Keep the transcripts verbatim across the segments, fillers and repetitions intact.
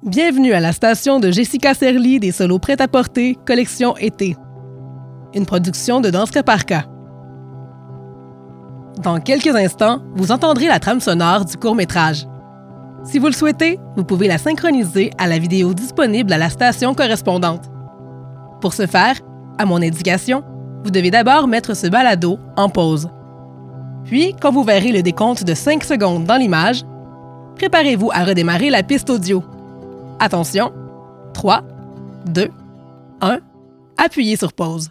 Bienvenue à la station de Jessica Serly des solos prêt-à-porter, collection été. Une production de Danska Parka. Dans quelques instants, vous entendrez la trame sonore du court-métrage. Si vous le souhaitez, vous pouvez la synchroniser à la vidéo disponible à la station correspondante. Pour ce faire, à mon indication, vous devez d'abord mettre ce balado en pause. Puis, quand vous verrez le décompte de cinq secondes dans l'image, préparez-vous à redémarrer la piste audio. Attention, trois, deux, un, appuyez sur pause.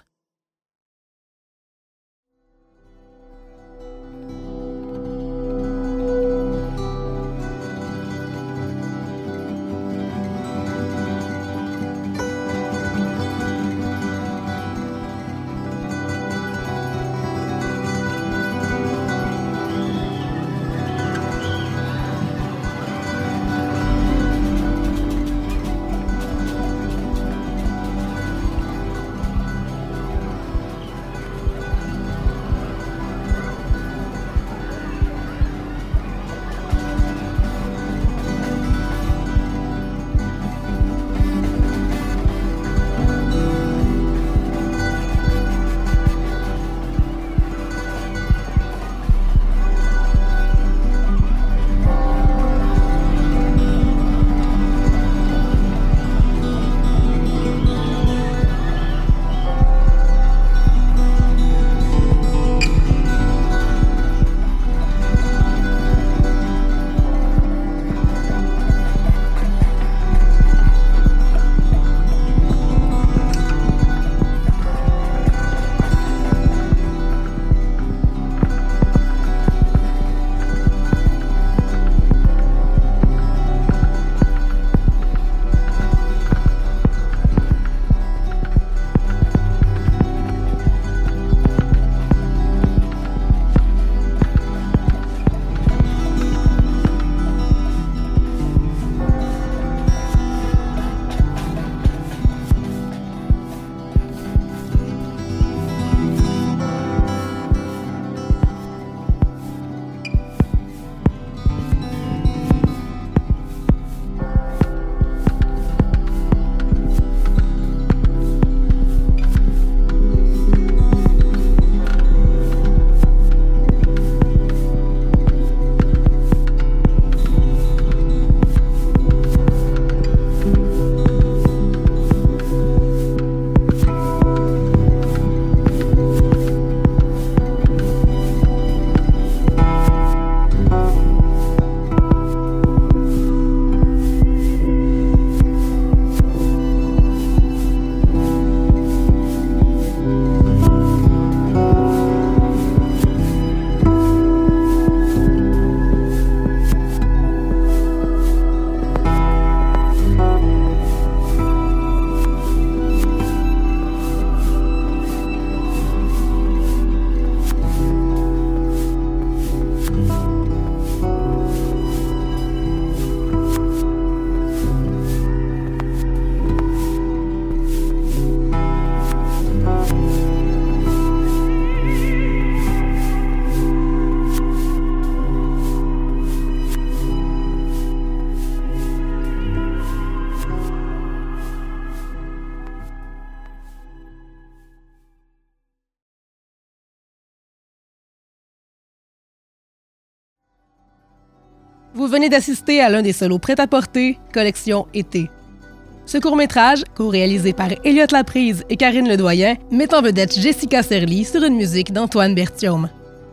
Vous venez d'assister à l'un des solos prêt-à-porter, collection été. Ce court-métrage, co-réalisé par Elliot Laprise et Karine Ledoyen, met en vedette Jessica Serly sur une musique d'Antoine Berthiaume.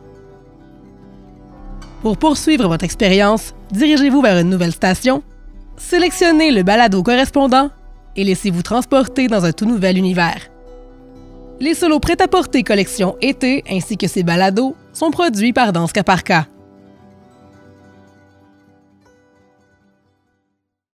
Pour poursuivre votre expérience, dirigez-vous vers une nouvelle station, sélectionnez le balado correspondant et laissez-vous transporter dans un tout nouvel univers. Les solos prêt-à-porter collection été ainsi que ses balados sont produits par Danska Parka.